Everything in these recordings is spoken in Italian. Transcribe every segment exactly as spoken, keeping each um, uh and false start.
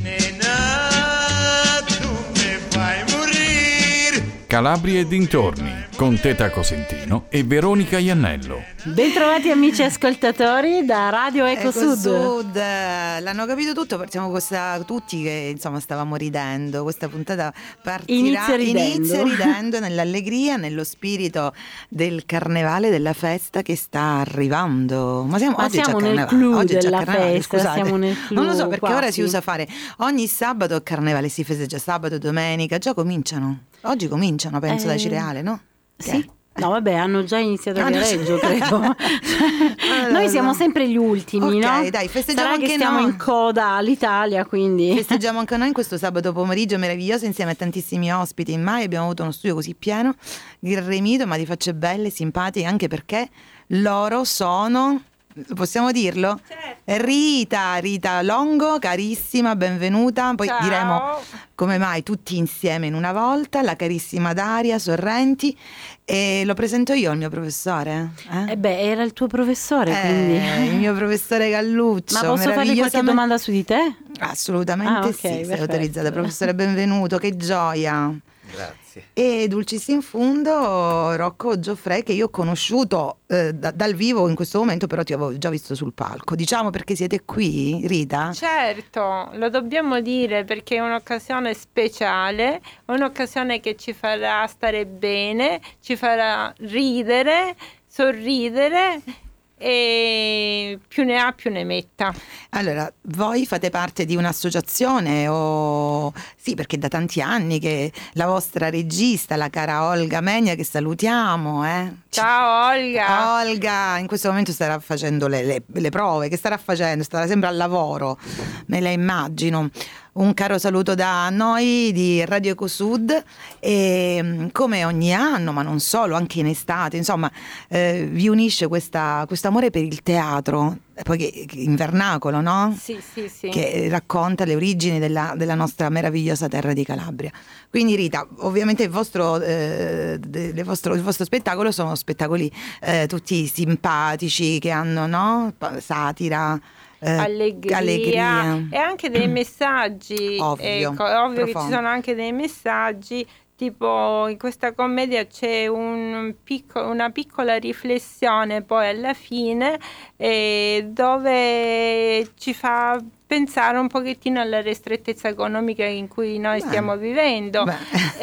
Calabria e dintorni, con Teta Cosentino e Veronica Iannello. Bentrovati amici ascoltatori da Radio Eco, Eco Sud. Sud. L'hanno capito tutto, partiamo questa, tutti che insomma stavamo ridendo. Questa puntata partirà, inizia ridendo. inizia ridendo nell'allegria, nello spirito del carnevale, della festa che sta arrivando. Ma siamo, Ma oggi siamo è già nel carnevale. clou Oggi è già della carnevale, festa, scusate. siamo nel clou, Non lo so perché quasi. ora si usa fare ogni sabato carnevale, si festeggia sabato, domenica, già cominciano. Oggi cominciano, penso, eh, da Cireale, no? Sì. No, vabbè, hanno già iniziato a Ah, no. Viareggio, credo. Noi siamo sempre gli ultimi, Ok, no? dai, festeggiamo Sarà che anche stiamo noi. in coda all'Italia, quindi Festeggiamo anche noi in questo sabato pomeriggio meraviglioso insieme a tantissimi ospiti. Mai abbiamo avuto uno studio così pieno, gremito, ma di facce belle, simpatiche, anche perché loro sono... Possiamo dirlo? Certo. Rita, Rita Longo, carissima, benvenuta. Poi Ciao. diremo come mai tutti insieme in una volta, la carissima Daria Sorrenti. E lo presento io il mio professore. Eh? Eh beh, era il tuo professore, Eh, quindi. il mio professore Galluccio. Ma posso farle qualche meravigliosamente- domanda su di te? Assolutamente Ah, ok, sì, sei perfetto. autorizzata. Professore, benvenuto, che gioia. Grazie. E dulcis in fundo Rocco Gioffre, che io ho conosciuto eh, da- dal vivo in questo momento, però ti avevo già visto sul palco. Diciamo perché siete qui, Rita? Certo, lo dobbiamo dire perché è un'occasione speciale, un'occasione che ci farà stare bene, ci farà ridere, sorridere e più ne ha più ne metta. Allora, voi fate parte di un'associazione o... Sì, perché da tanti anni che la vostra regista, la cara Olga Megna, che salutiamo, eh? Ciao Olga! Olga in questo momento starà facendo le, le- le prove, che starà facendo? Starà sempre al lavoro, me la immagino. Un caro saluto da noi di Radio Eco Sud e mm, come ogni anno, ma non solo, anche in estate, insomma, eh, vi unisce questa, questo amore per il teatro, poi che, che in vernacolo, no? Sì, sì, sì. Che racconta le origini della, della nostra meravigliosa terra di Calabria. Quindi Rita, ovviamente il vostro, eh, de- le vostro, il vostro spettacolo sono spettacoli eh, tutti simpatici, che hanno, no? Pa- satira, eh, Allegria, allegria. e anche dei messaggi. Ovvio, Ecco, è ovvio che profondo. ci sono anche dei messaggi. Tipo in questa commedia c'è un picco- una piccola riflessione poi alla fine eh, dove ci fa pensare un pochettino alla ristrettezza economica in cui noi Beh. stiamo vivendo. Beh.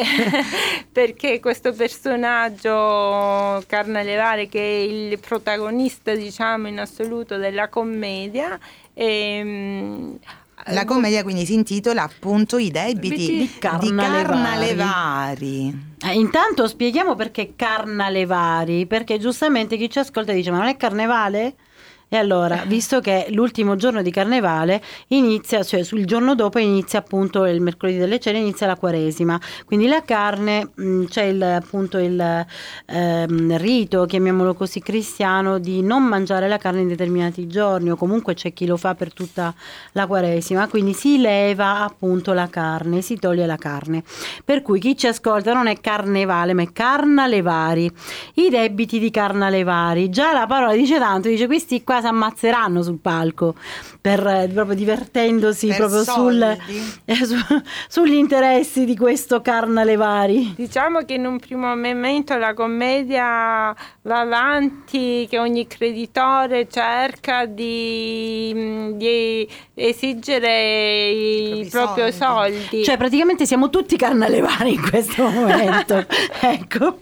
Perché questo personaggio Carnelevare, che è il protagonista diciamo in assoluto della commedia, ehm, La commedia quindi si intitola appunto I debiti Di di Carnalevari. Carnalevari. Eh, intanto spieghiamo perché Carnalevari, perché giustamente chi ci ascolta dice ma non è carnevale? E allora, visto che l'ultimo giorno di carnevale inizia, cioè sul giorno dopo inizia appunto il mercoledì delle cene, inizia la Quaresima, quindi la carne, mh, c'è il, appunto il ehm, rito, chiamiamolo così, cristiano, di non mangiare la carne in determinati giorni, o comunque c'è chi lo fa per tutta la Quaresima, quindi si leva appunto la carne, si toglie la carne, per cui chi ci ascolta non è carnevale ma è Carnalevari, i debiti di Carnalevari. Già la parola dice tanto, dice questi qua si ammazzeranno sul palco per eh, proprio divertendosi Per proprio sul, soldi. eh, su- sugli interessi di questo Carnalevari. Diciamo che in un primo momento la commedia va avanti, che ogni creditore cerca di, di esigere i, I propri propri soldi. soldi. Cioè praticamente siamo tutti Carnalevari in questo momento. Ecco.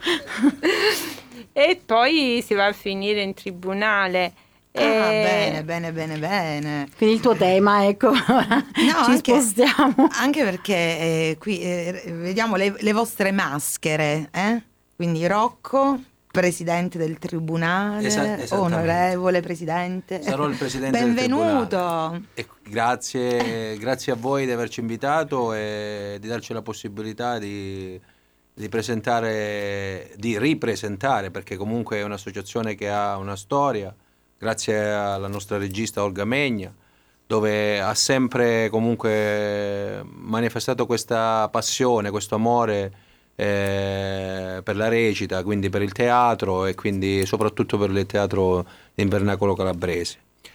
E poi si va a finire in tribunale. Ah, E- bene, bene, bene, bene. Quindi il tuo tema, ecco, ora No, ci anche- spostiamo. Anche perché eh, qui eh, vediamo le, le vostre maschere, eh? Quindi Rocco, presidente del tribunale, Esa- esattamente. onorevole presidente. Sarò il presidente Benvenuto. del tribunale. E grazie, grazie a voi di averci invitato e di darci la possibilità di, di presentare, di ripresentare, perché comunque è un'associazione che ha una storia, grazie alla nostra regista Olga Megna, dove ha sempre comunque manifestato questa passione, questo amore eh, per la recita, quindi per il teatro e quindi soprattutto per il teatro in vernacolo calabrese.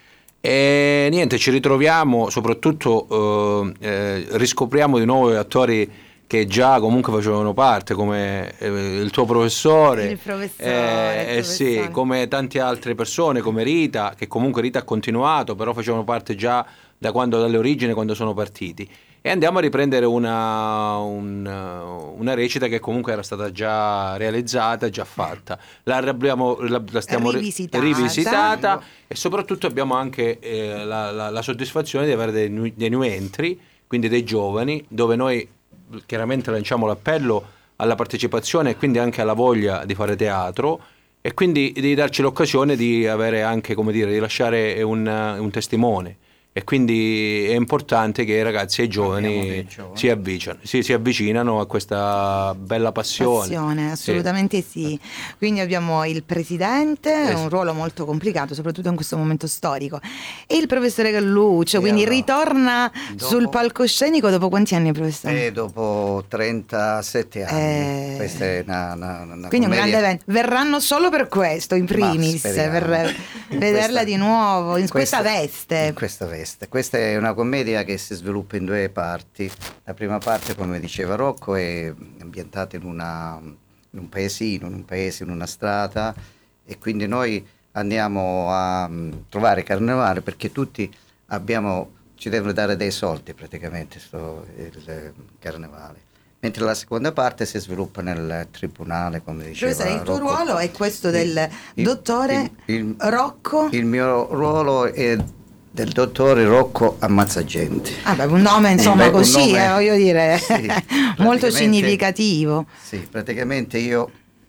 E niente, ci ritroviamo, soprattutto eh, eh, riscopriamo di nuovo attori che già comunque facevano parte, come eh, il tuo professore, il professore, eh, il eh, sì, professore. come tante altre persone, come Rita, che comunque Rita ha continuato, però facevano parte già da quando, dalle origini, quando sono partiti. E andiamo a riprendere una, un, una recita che comunque era stata già realizzata, già fatta. La, abbiamo, la, la stiamo rivisitata. rivisitata e soprattutto abbiamo anche eh, la, la, la soddisfazione di avere dei, dei new entry, quindi dei giovani, dove noi chiaramente lanciamo l'appello alla partecipazione e quindi anche alla voglia di fare teatro, e quindi di darci l'occasione di avere anche, come dire, di lasciare un, un testimone. E quindi è importante che i ragazzi e i giovani, giovani. Si, avvicinano, si, si avvicinano a questa bella passione. Passione, assolutamente sì. sì. Quindi abbiamo il presidente, eh, un ruolo molto complicato, soprattutto in questo momento storico, e il professore Galluccio, quindi allora, ritorna dopo, sul palcoscenico dopo quanti anni, professore? Eh, dopo trentasette anni. Eh, Questa è una, una, una quindi commedia. Un grande evento. Verranno solo per questo, in primis, per vederla questa, di nuovo in questa, questa veste. In questa veste. Questa è una commedia che si sviluppa in due parti. La prima parte, come diceva Rocco, è ambientata in, una, in un paesino, in un paese, in una strada, e quindi noi andiamo a trovare Carnevale perché tutti abbiamo, ci devono dare dei soldi praticamente, sto, il Carnevale. Mentre la seconda parte si sviluppa nel tribunale, come diceva Professore, il tuo Rocco. ruolo è questo del il, dottore il, il, Rocco? Il mio ruolo è del dottore Rocco Ammazzagenti. Ah, beh, un nome insomma beh, così, nome, eh, voglio dire, sì, molto significativo. Sì, praticamente io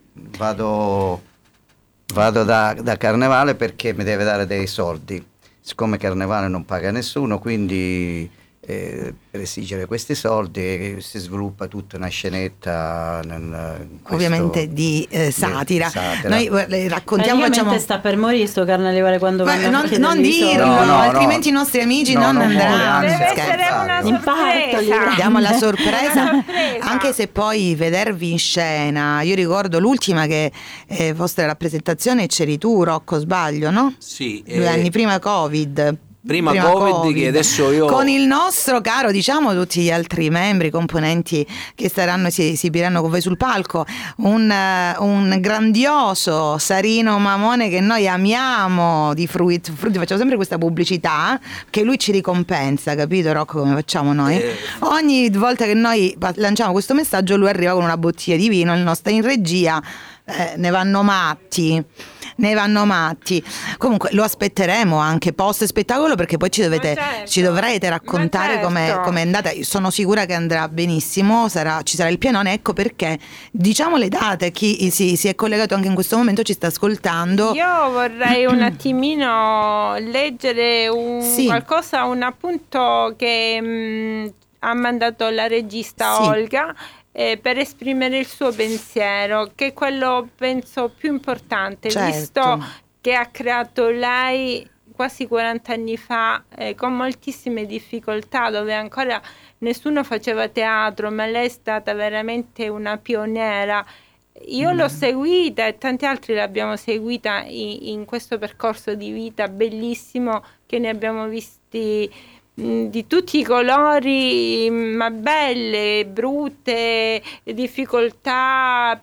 vado, vado da, da Carnevale perché mi deve dare dei soldi. Siccome Carnevale non paga nessuno, quindi eh, per esigere questi soldi eh, si sviluppa tutta una scenetta nel, in questo, ovviamente di eh, satira. di satira. Noi eh, raccontiamo, facciamo... sta per morire sto Carnevale quando Ma vanno non, a non dirlo, no, no, altrimenti no. i nostri amici no, non, non andranno. Deve essere una sorpresa. Diamo la sorpresa, Una sorpresa. anche se poi vedervi in scena. Io ricordo l'ultima che eh, vostra rappresentazione c'eri tu, Rocco, sbaglio, no? Sì. Due eh, anni prima Covid. Prima, Prima COVID, COVID, che adesso io... con il nostro caro, diciamo, tutti gli altri membri, componenti che saranno, si esibiranno con voi sul palco, un, uh, un grandioso Sarino Mamone che noi amiamo di Fruit, Fruit, facciamo sempre questa pubblicità che lui ci ricompensa, capito Rocco, come facciamo noi? Eh. Ogni volta che noi lanciamo questo messaggio lui arriva con una bottiglia di vino, il nostro in regia, eh, ne vanno matti. Ne vanno matti. Comunque lo aspetteremo anche post spettacolo, perché poi ci dovete, certo, ci dovrete raccontare certo. come è andata. Io sono sicura che andrà benissimo, sarà, ci sarà il pianone. Ecco perché diciamo le date, chi si, si è collegato anche in questo momento ci sta ascoltando. Io vorrei un attimino leggere un, sì. qualcosa, un appunto che mh, ha mandato la regista sì. Olga. Eh, per esprimere il suo pensiero, che è quello penso più importante, certo. visto che ha creato lei quasi quaranta anni fa eh, con moltissime difficoltà, dove ancora nessuno faceva teatro, ma lei è stata veramente una pioniera. Io mm. l'ho seguita e tanti altri l'abbiamo seguita in, in questo percorso di vita bellissimo, che ne abbiamo visti di tutti i colori, ma belle, brutte, difficoltà,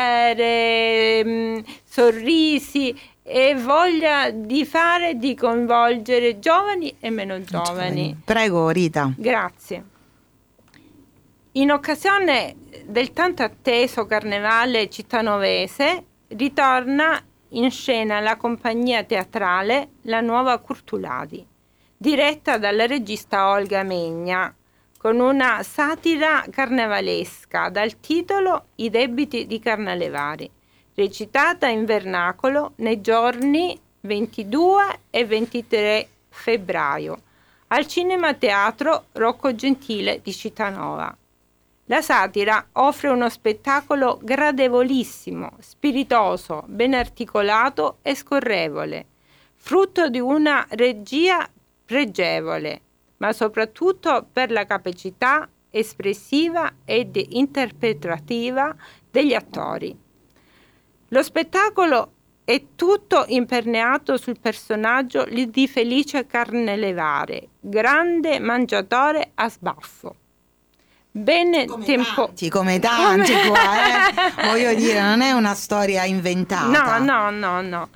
piacere, mh, sorrisi e voglia di fare e di coinvolgere giovani e meno giovani. Prego Rita. Grazie. In occasione del tanto atteso Carnevale cittanovese ritorna in scena la compagnia teatrale La Nuova Curtuladi, diretta dalla regista Olga Megna, con una satira carnevalesca dal titolo I debiti di Carnalevari, recitata in vernacolo nei giorni ventidue e ventitré febbraio al Cinema Teatro Rocco Gentile di Cittanova. La satira offre uno spettacolo gradevolissimo, spiritoso, ben articolato e scorrevole, frutto di una regia pregevole, ma soprattutto per la capacità espressiva ed interpretativa degli attori. Lo spettacolo è tutto imperniato sul personaggio di Felice Carnelevare, grande mangiatore a sbaffo. Bene come tempo... tanti, come tanti Come- qua, eh. Voglio dire, non è una storia inventata. No, no, no, no.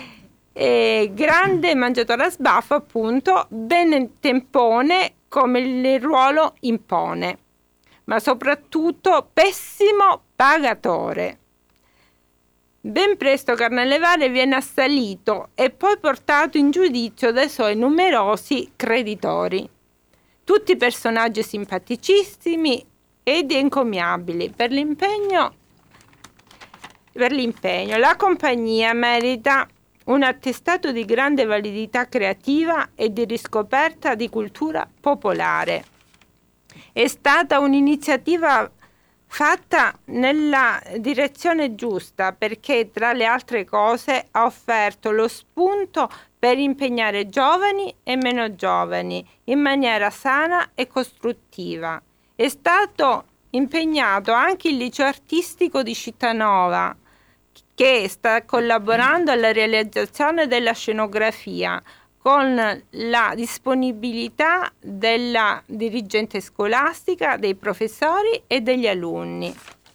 Eh, grande mangiatore a sbaffo, appunto, ben tempone come il ruolo impone, ma soprattutto pessimo pagatore. Ben presto Carnelevare viene assalito e poi portato in giudizio dai suoi numerosi creditori. Tutti personaggi simpaticissimi ed encomiabili per l'impegno. Per l'impegno. La compagnia merita un attestato di grande validità creativa e di riscoperta di cultura popolare. È stata un'iniziativa fatta nella direzione giusta, perché tra le altre cose ha offerto lo spunto per impegnare giovani e meno giovani in maniera sana e costruttiva. È stato impegnato anche il liceo artistico di Cittanova, che sta collaborando alla realizzazione della scenografia con la disponibilità della dirigente scolastica, dei professori e degli alunni.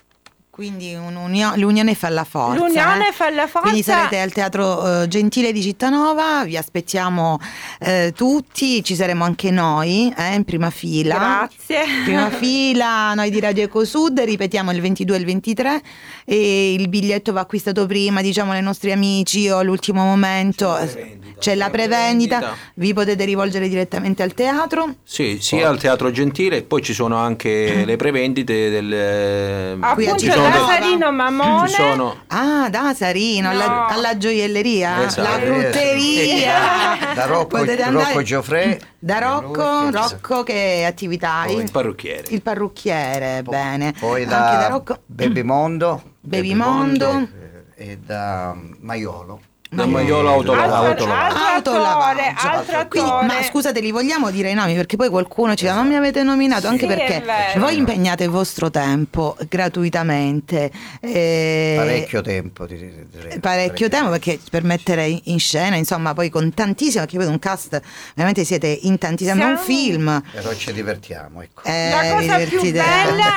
Quindi un'unio- l'unione fa la forza. L'unione eh. fa la forza. Quindi sarete al Teatro eh, Gentile di Cittanova, vi aspettiamo eh, tutti, ci saremo anche noi eh, in prima fila. Grazie. Prima fila, noi di Radio Ecosud, ripetiamo il ventidue e il ventitré e il biglietto va acquistato prima, diciamo ai nostri amici o all'ultimo momento. C'è la prevendita. C'è la prevendita, vi potete rivolgere direttamente al teatro. Sì, sia al Teatro Gentile, e poi ci sono anche le prevendite del... Qui a Appunto Cittanova. da Sarino Mamone. Ci sono... Ah, da Sarino, alla, No. alla gioielleria, Esatto. la frutteria. Da Rocco, Potete andare- Rocco Gioffre. Da Rocco, Lui, Rocco che attività hai? Il parrucchiere. Il parrucchiere, bene. Poi Anche da, da Rocco. Babymondo. Babymondo. eh, E da Maiolo. Da Maiolo Autolavaggio. Altro, altro attore, Autolavaggio. altro Quindi, attore. ma scusate, li vogliamo dire i nomi perché poi qualcuno ci dice: ma mi avete nominato anche Sì, è perché vero. voi impegnate il vostro tempo gratuitamente. eh, Parecchio tempo. direi, direi. parecchio tempo perché per mettere in scena, insomma, poi con tantissimo, perché voi un cast veramente siete in tantissimi, sembra un Siamo- film. Però ci divertiamo, ecco. Eh, La vi cosa più divertite. bella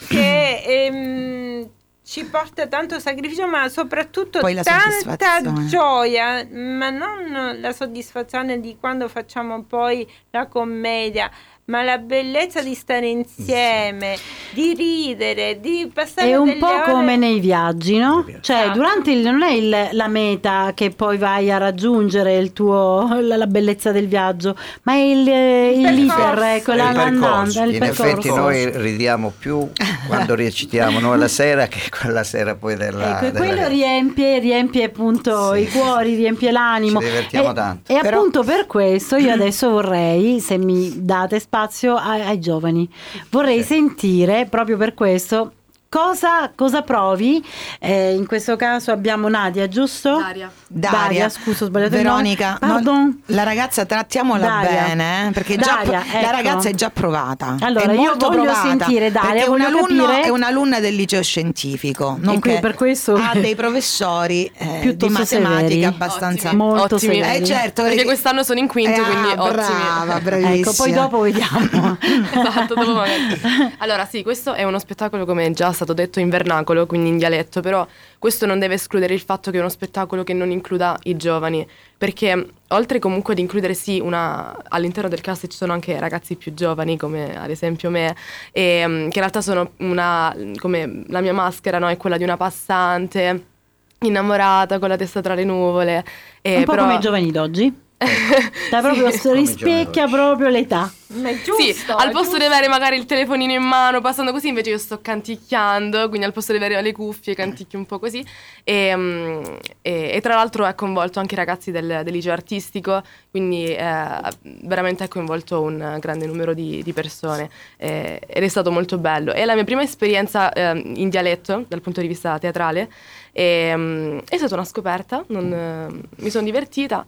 che ehm, ci porta tanto sacrificio, ma soprattutto Poi la tanta soddisfazione. gioia, ma non la soddisfazione di quando facciamo poi la commedia, ma la bellezza di stare insieme, di ridere, di passare È un delle po' ore- come nei viaggi, no? Cioè, Esatto. durante il, non è il- la meta che poi vai a raggiungere il tuo, la, la bellezza del viaggio, ma è il, il percorso. l'iter, ecco, È la il l'andando, percorso. il In percorso. effetti noi ridiamo più quando recitiamo noi la sera che quella sera poi della... Ecco, e della- quello riempie, riempie appunto Sì. i cuori, riempie l'animo. Ci divertiamo e, tanto. E Però- appunto per questo io adesso vorrei, se mi date spazio ai, ai giovani, vorrei Sì. sentire proprio per questo cosa, cosa provi. Eh, in questo caso abbiamo Nadia, giusto? Daria. Daria, scusa, ho sbagliato Veronica, il nome. Pardon. no, la ragazza trattiamola Daria. bene, eh, perché già Daria, pro- la ecco. ragazza è già provata. Allora, è io molto voglio provata, sentire Daria, perché è, voglio un alunno- capire- è un'alunna del liceo scientifico, E qui per questo ha dei professori eh, di piuttosto matematica severi. abbastanza Ottimi. molto Ottimi. severi. Eh, certo, Perché quest'anno sono in quinto, Eh, quindi ah, ottimi. brava, bravissima. Ecco, poi dopo vediamo. Esatto, dopo magari. Allora sì, questo è uno spettacolo, come è già stato detto, in vernacolo, quindi in dialetto, però questo non deve escludere il fatto che è uno spettacolo che non includa i giovani, perché oltre comunque ad includere sì una, all'interno del cast ci sono anche ragazzi più giovani, come ad esempio me, e, um, che in realtà sono una, come la mia maschera, no, è quella di una passante innamorata con la testa tra le nuvole. E Un po' però... come i giovani d'oggi. Dai, proprio Sì. Come i rispecchia giovani proprio l'età. Ma è giusto, Sì, al è posto giusto. di avere magari il telefonino in mano passando così, invece io sto canticchiando, quindi al posto di avere le cuffie canticchio un po' così. E, mm, e- e tra l'altro ha coinvolto anche i ragazzi del, del liceo artistico, quindi eh, veramente ha coinvolto un grande numero di, di persone eh, ed è stato molto bello. È la mia prima esperienza eh, in dialetto dal punto di vista teatrale e, mm, è stata una scoperta, non, eh, mi sono divertita.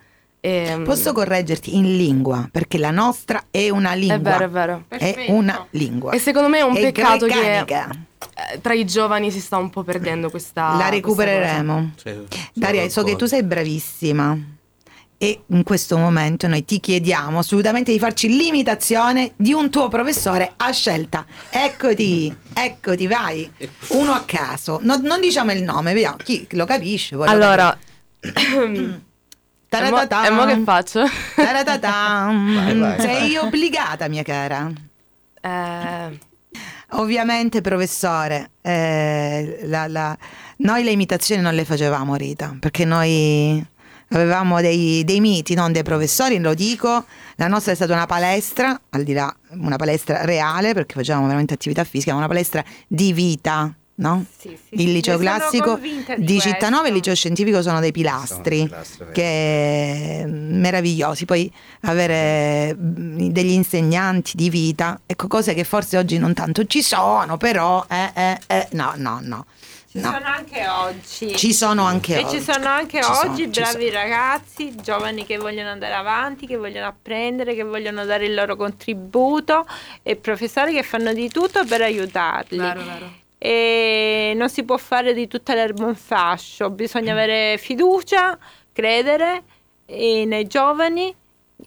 E, Posso correggerti in lingua, perché la nostra è una lingua. È vero, è vero. È Perfetto. una lingua. E secondo me è un È peccato che grecanica. eh, tra i giovani si sta un po' perdendo questa La recupereremo. Sì, sono Daria, so che d'accordo. tu sei bravissima e in questo momento noi ti chiediamo assolutamente di farci l'imitazione di un tuo professore a scelta. Eccoti, eccoti, vai. Uno a caso. No- non diciamo il nome, vediamo chi lo capisce. poi lo Allora, capisce. e mo, Taratata. e mo che faccio? Taratata. Vai, vai, Sei obbligata, mia cara. Eh, Ovviamente, professore, eh, la- la- noi le imitazioni non le facevamo, Rita, perché noi avevamo dei, dei miti, non dei professori, lo dico. La nostra è stata una palestra, al di là, una palestra reale, perché facevamo veramente attività fisica, ma una palestra di vita, no? Sì, sì, Il sì, liceo ne sono classico convinta di, di Cittanova e il questo. liceo scientifico sono dei Sono pilastri, dei pilastri, vero. che meravigliosi. Poi avere mh, degli insegnanti di vita, ecco, cose che forse oggi non tanto ci sono, però eh, eh, eh, no, no, no. Ci No. sono anche oggi. Ci sono anche e oggi. ci sono anche Ci sono, oggi ci bravi ragazzi, giovani che vogliono andare avanti, che vogliono apprendere, che vogliono dare il loro contributo, e professori che fanno di tutto per aiutarli. vero, vero. E non si può fare di tutta l'erba un fascio, bisogna avere fiducia, credere eh, nei giovani,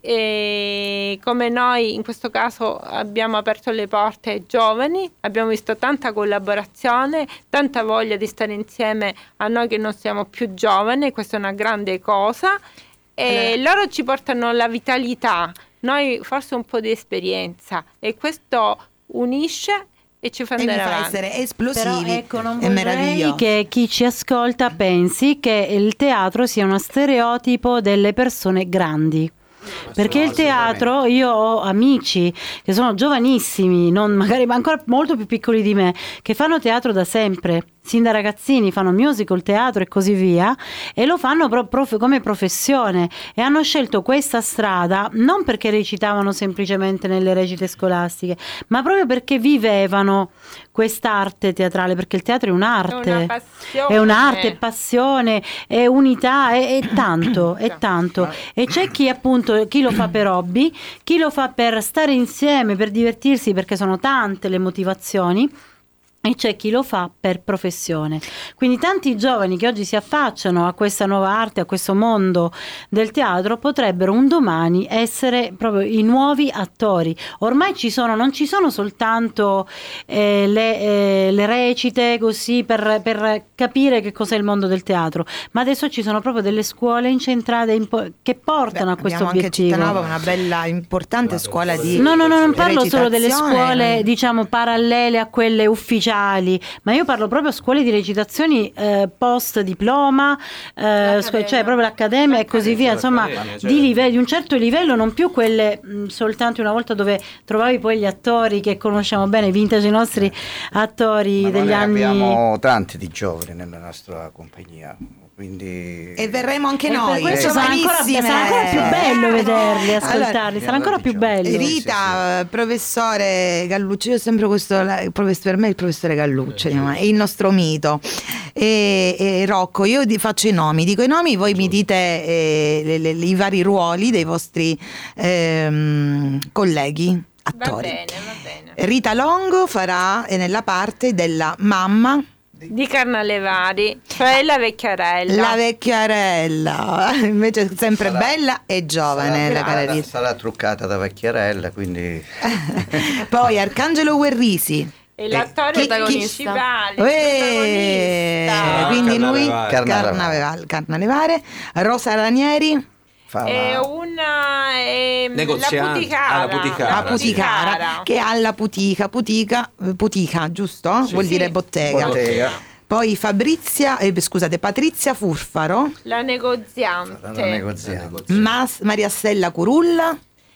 e come noi in questo caso abbiamo aperto le porte ai giovani, abbiamo visto tanta collaborazione, tanta voglia di stare insieme a noi che non siamo più giovani, questa è una grande cosa, e Allora- loro ci portano la vitalità, noi forse un po' di esperienza, e questo unisce e ci fa E mi andare fa avanti. essere Però esplosivi. ecco, non è vorrei meraviglioso. che chi ci ascolta pensi che il teatro sia uno stereotipo delle persone grandi. Perché il teatro, io ho amici che sono giovanissimi, non magari ma ancora molto più piccoli di me, che fanno teatro da sempre, sin da ragazzini, fanno musical, teatro e così via, e lo fanno pro- prof- come professione, e hanno scelto questa strada non perché recitavano semplicemente nelle recite scolastiche, ma proprio perché vivevano quest'arte teatrale, perché il teatro è un'arte. È una passione. È un'arte, è passione, è unità, è, è tanto, è tanto. E c'è chi appunto, chi lo fa per hobby, chi lo fa per stare insieme, per divertirsi, perché sono tante le motivazioni. E c'è chi lo fa per professione. Quindi tanti giovani che oggi si affacciano a questa nuova arte, a questo mondo del teatro, potrebbero un domani essere proprio i nuovi attori. Ormai ci sono, non ci sono soltanto eh, le, eh, le recite così per, per capire che cos'è il mondo del teatro, ma adesso ci sono proprio delle scuole incentrate in po- che portano Beh, a questo abbiamo anche a obiettivo. Cittanova una bella importante scuola di No, no, no, non parlo solo delle recitazione. scuole, diciamo, parallele a quelle ufficiali, ma io parlo proprio scuole di recitazioni eh, post diploma, eh, scu- cioè proprio l'accademia e così via, insomma, l'accademia, certo. di, live- di un certo livello, non più quelle mh, soltanto una volta dove trovavi poi gli attori che conosciamo bene, i vintage, i nostri attori Ma degli noi anni. abbiamo tanti di giovani nella nostra compagnia, quindi E verremo anche E per noi. questo sarà ancora, giovanissime. sarà ancora più bello vederli, ascoltarli, Allora, sarà ancora più bello. Rita, professore Gallucci, io ho sempre questo, la- il professore- per me il professore Gallucci è il nostro mito. E, e Rocco, io di- faccio i nomi, dico i nomi, voi mi dite eh, le- le- i vari ruoli dei vostri ehm, colleghi Va attori. bene, va bene. Rita Longo farà eh, nella parte della mamma, Di Carnalevari, cioè la vecchiarella. la vecchiarella, invece sempre Sarà- bella e giovane la cara sarà, Rita. sarà truccata da vecchiarella, quindi Poi Arcangelo Guerrisi. E l'attore chi- chi- principale, il Uè, protagonista. quindi lui Carnalevare. Carnalevare, Carnalevare. Rosa Ranieri, fa È la- una è Negoziante. la Puticara. Ah, la Puticara. la Puticara, che ha la Putica, Putica, Putica, giusto? Sì. Vuol Sì. dire bottega. bottega. Poi Fabrizia, eh, scusate, Patrizia Furfaro, La negoziante. Sarà la negoziante. Mas- Maria Stella Curulla,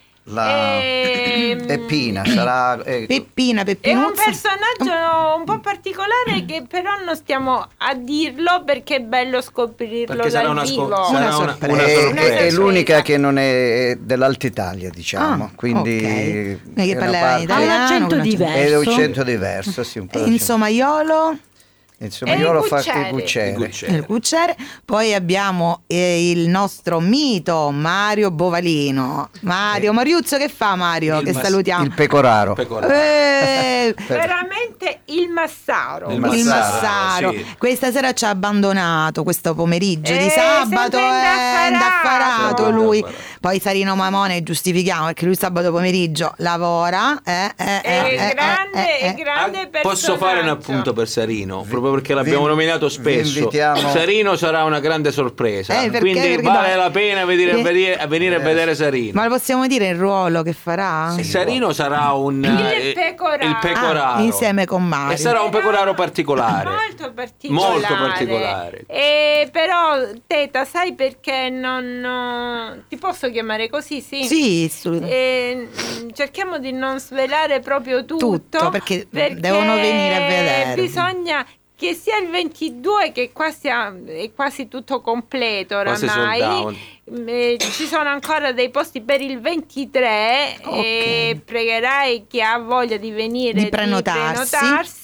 La Ehm, Peppina sarà eh, Peppina È un Peppinuzzi. personaggio un po' particolare che però non stiamo a dirlo perché è bello scoprirlo Perché sarà dal una, vivo. scop- sarà una, sorpresa. una è, sorpresa. è l'unica che non è dell'Alta Italia, diciamo, Ah, quindi ok. è Non è che una parla parte- italiano, Ha un accento con diverso. è un accento diverso, sì, un po' Insomaiolo, Il suo Maiolo ha fatto il Gucciere. Gucciere. Il Gucciere. Poi abbiamo eh, il nostro mito Mario Bovalino. Mario, Mariuzzo che fa Mario? Il che mas- salutiamo. Il pecoraro. Pecoraro. Eh, Veramente il Massaro. Il il Massaro, Massaro, sì. questa sera ci ha abbandonato questo pomeriggio di Eh, sabato, sempre è indaffarato. indaffarato Sempre lui. indaffarato. Poi Sarino Mamone giustifichiamo perché lui sabato pomeriggio lavora. Eh, eh, È eh, eh, grande, eh, è eh. grande Ah, posso fare un personaggio. appunto per Sarino, proprio perché l'abbiamo vi- nominato vi spesso. invitiamo- Sarino sarà una grande sorpresa, Eh, perché? quindi Perché vale no? la pena venire, Eh. venire- venire a vedere Sarino. Ma lo possiamo dire il ruolo che farà? E Sarino sarà un Il eh, pecoraro. il pecoraro. Ah, insieme con Mario. E sarà un pecoraro particolare. Molto particolare. Molto particolare. Eh, però, Teta, sai perché non... eh, ti posso chiamare così, sì? Sì, su- Eh, mm, cerchiamo di non svelare proprio tutto, Tutto, perché devono venire a vedere. Bisogna che sia il ventidue, che qua sia, è quasi tutto completo Quasi oramai. sold out. Mm, eh, ci sono ancora dei posti per il ventitré. Ok. E pregherai chi ha voglia di venire Di prenotarsi. prenotarsi.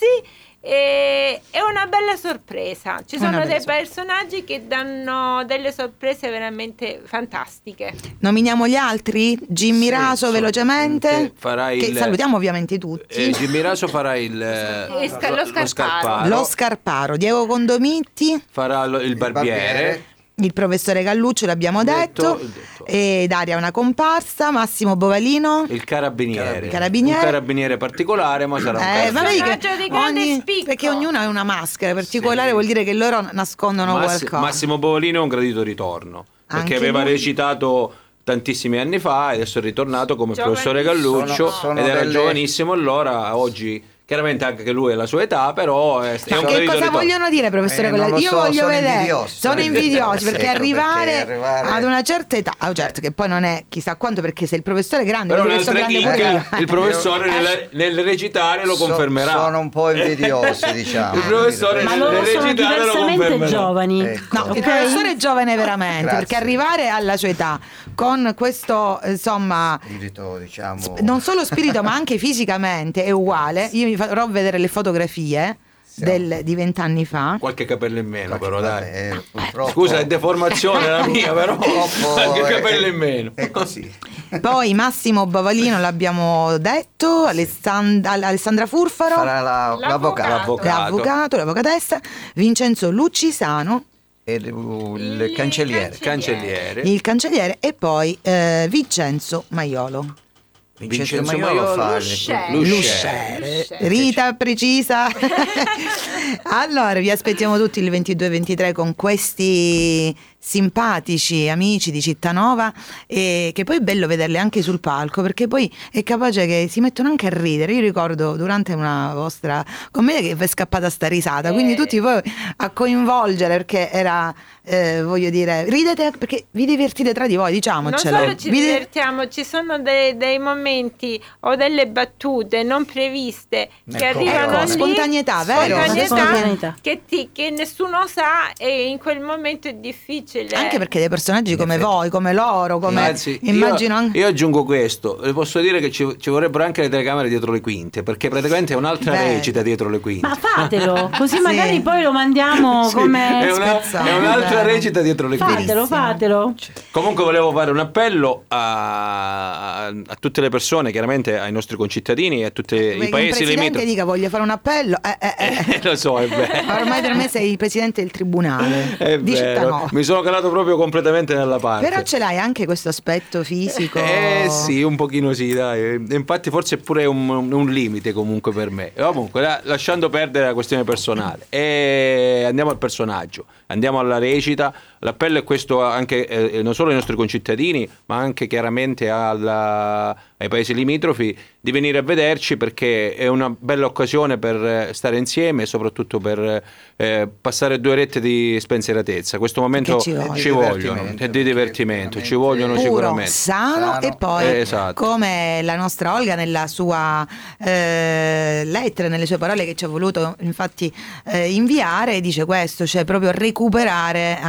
E è una bella sorpresa. Ci Una sono bella dei sorpresa. personaggi che danno delle sorprese veramente fantastiche. Nominiamo gli altri? Jimmy Sì, Raso sì. velocemente. Che farà Che il- salutiamo ovviamente tutti. Eh, Jimmy Raso farà il eh, E sca- lo Scarparo. Lo Scarparo, Diego Condomitti, farà lo- il barbiere. barbiere. il professore Galluccio, l'abbiamo Detto- detto, detto. e Daria una comparsa, Massimo Bovalino. Il carabiniere. Carabiniere. Un carabiniere particolare, ma sarà un Eh, ma vedi carabiniere. che Personaggio di grande ogni- spicco. perché ognuno ha una maschera particolare, Sì. vuol dire che loro nascondono Massi- qualcosa. Massimo Bovalino è un gradito ritorno, perché Anche aveva lui? recitato tantissimi anni fa e adesso è ritornato come il professore Giovanissimo. Galluccio Sono- sono ed era delle- giovanissimo allora, oggi chiaramente anche che lui è la sua età, però è, è Ma un che gradito cosa ritorno. vogliono dire, professore Eh, Collari? non lo Io so, voglio sono vedere. invidiosi, sono sono invidiosi invidiosi, perché ecco, arrivare, perché arrivare- ad una certa età, ah, certo che poi non è chissà quanto, perché se il professore è grande, Però vuol dire che sono un'altra grande pure chicca, io. il professore nel, nel recitare lo So- confermerà. sono un po' invidiosi, diciamo. Il professore Ma nel loro sono recitare lo diversamente confermerà. giovani. Ecco. No, Ok? il professore è giovane veramente, Grazie. perché arrivare alla sua età con questo, insomma, Spirito, diciamo. non solo spirito ma anche fisicamente è uguale. Io mi farò vedere le fotografie del- di vent'anni fa. Qualche capello in meno, però dai. Eh, purtroppo- Scusa, è deformazione la mia, però Purtroppo anche è- capello in meno. È così. Poi Massimo Bovalino l'abbiamo detto, Alessand- Alessandra Furfaro, Farà la- L'avvocato. l'avvocato. l'avvocato, l'avvocatessa, Vincenzo Lucisano, E il, il Il cancelliere. Cancelliere. il cancelliere, e poi eh, Vincenzo Maiolo. Vincenzo Vincenzo Maiolo Maiolo, fa Lusciere. le- Lusciere. Lusciere. Rita precisa. Allora vi aspettiamo tutti il ventidue e ventitré con questi simpatici amici di Cittanova, e che poi è bello vederli anche sul palco, perché poi è capace che si mettono anche a ridere. Io ricordo durante una vostra commedia che vi è scappata sta risata, quindi Eh. tutti voi a coinvolgere, perché era eh, voglio dire, ridete perché vi divertite tra di voi, Non diciamocelo. solo ci Vi di- divertiamo, ci sono dei, dei momenti o delle battute non previste che Ecco, arrivano ecco. lì, Spontaneità, vero? spontaneità, Spontaneità. Che, ti- che nessuno sa, e in quel momento è difficile. Anche perché dei personaggi come effetti. voi, come loro, come Anzi, immagino io, anche. io aggiungo questo, le posso dire che ci, ci vorrebbero anche le telecamere dietro le quinte, perché praticamente è un'altra Beh. recita dietro le quinte. Ma fatelo, così Sì. magari poi lo mandiamo Sì, come... è, una- spezzato. è un'altra Bene. recita dietro le quinte. Fatelo, fatelo. Comunque volevo fare un appello a, a- a tutte le persone, chiaramente ai nostri concittadini e a tutti Perché i un paesi presidente limitrofi. dica voglio fare un appello, eh, eh, eh. Eh, lo so, è vero. Ormai per me sei il presidente del tribunale È di vero. Cittanova. Mi sono calato proprio completamente nella parte. Però ce l'hai anche questo aspetto fisico. Eh sì, un pochino sì, dai. E infatti forse è pure un, un limite comunque per me. E comunque, la- lasciando perdere la questione personale, e andiamo al personaggio, andiamo alla recita. L'appello è questo anche eh, non solo ai nostri concittadini, ma anche chiaramente alla- ai paesi limitrofi, di venire a vederci, perché è una bella occasione per eh, stare insieme e soprattutto per eh, passare due orette di spensieratezza. Questo momento Che ci vogliono. ci Di vogliono, divertimento, e di divertimento, perché ci vogliono Puro, sicuramente. sano, Sano. e poi Eh, esatto. come la nostra Olga nella sua eh, lettera, nelle sue parole che ci ha voluto infatti eh, inviare, dice questo, cioè proprio recuperare anche la nostra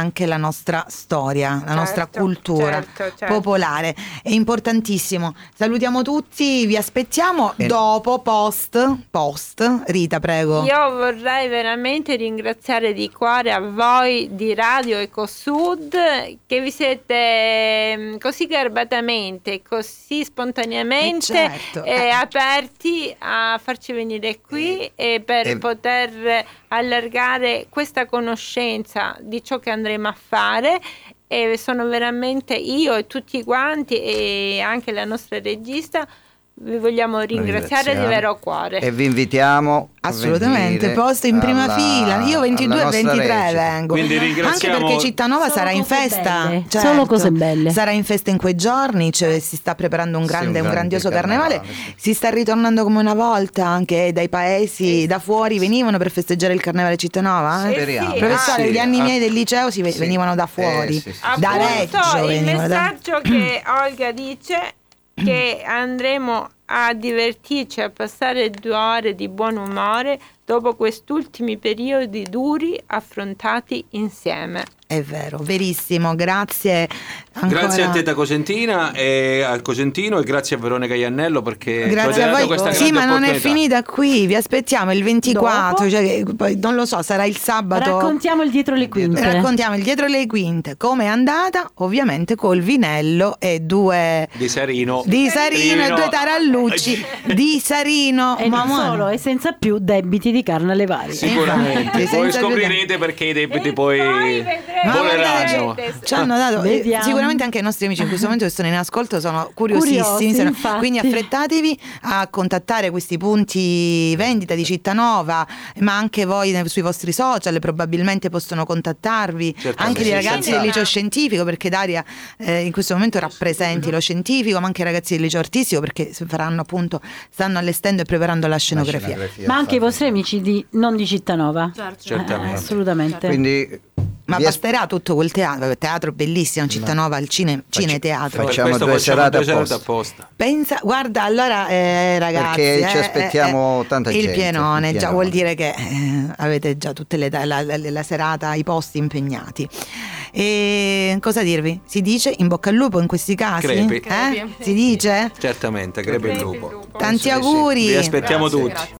nostra storia, la Certo, nostra cultura certo, certo. popolare. È importantissimo. Salutiamo tutti, vi aspettiamo dopo, post, post. Rita, prego. Io vorrei veramente ringraziare di cuore a voi di Radio Ecosud che vi siete mm, così garbatamente, così spontaneamente Eh, certo. eh, Eh. aperti a farci venire qui e per eh. poter allargare questa conoscenza di ciò che andremo a fare. E sono veramente io e tutti quanti e anche la nostra regista vi vogliamo ringraziare di vero cuore. E vi invitiamo a Assolutamente, venire posto in prima alla- fila. Io ventidue e alla nostra ventitré recita. vengo. Quindi Anche ringraziamo- perché Cittanova Solo sarà in cose festa. belle. certo. Solo cose belle. Sarà in festa in quei giorni, cioè si sta preparando un Sì, grande, un un grande grandioso carnevale. carnevale, sì. Si sta ritornando come una volta anche dai paesi, da fuori venivano per festeggiare il carnevale Cittanova. Eh? Speriamo. Professore, sì, gli anni ah, miei del liceo si ve- sì. venivano da fuori, Eh, sì, sì, da Appunto, Reggio il venivano. Da... messaggio che Olga dice che andremo a divertirci, a passare due ore di buon umore dopo quest'ultimi periodi duri affrontati insieme. È vero, verissimo, grazie ancora. Grazie a Teta Cosentina e al Cosentino e grazie a Veronica Iannello perché ci Grazie avete a dato voi. questa Sì, grande ma non è opportunità. finita qui. Vi aspettiamo il ventiquattro. Dopo? Cioè, che poi non lo so, sarà il sabato. Raccontiamo il dietro le quinte. Raccontiamo il dietro le quinte. Come è andata? Ovviamente col vinello e due Di Sarino. di Sarino e Sarino. due tarallucci di Sarino. E non Mamma- solo, e senza più debiti di carne vari. Sicuramente. Infatti, Poi senza scoprirete perché i debiti poi vedremo. Ma voleranno. guardate, ci hanno dato eh, Vediamo. sicuramente anche i nostri amici in questo momento che sono in ascolto sono curiosissimi, Curiosi, sono- infatti. quindi affrettatevi a contattare questi punti vendita di Cittanova, ma anche voi ne- sui vostri social probabilmente possono contattarvi, Certamente. anche i Sì, ragazzi sì, del sì. liceo scientifico, perché Daria eh, in questo momento rappresenti lo scientifico, ma anche i ragazzi del liceo artistico, perché faranno appunto, stanno allestendo e preparando la La scenografia. scenografia, Ma anche i infatti. vostri amici di, non di Cittanova. Certo. Certamente. Eh, assolutamente. Quindi Ma vi as- basterà tutto quel teatro, teatro bellissimo, Cittanova, il cine, cineteatro. Per Facciamo questo due facciamo serate due serate apposta. apposta. Pensa, guarda, allora eh, ragazzi, Perché ci eh, aspettiamo eh, tanta il gente, pienone, il già pienone. vuol dire che eh, avete già tutte le la, la, la serata, i posti impegnati. E cosa dirvi? Si dice in bocca al lupo in questi casi? Crepi. Eh? Crepi. Si dice? Certamente, crepe il lupo. Tanti Sì, sì. auguri. Vi aspettiamo Grazie, tutti. grazie.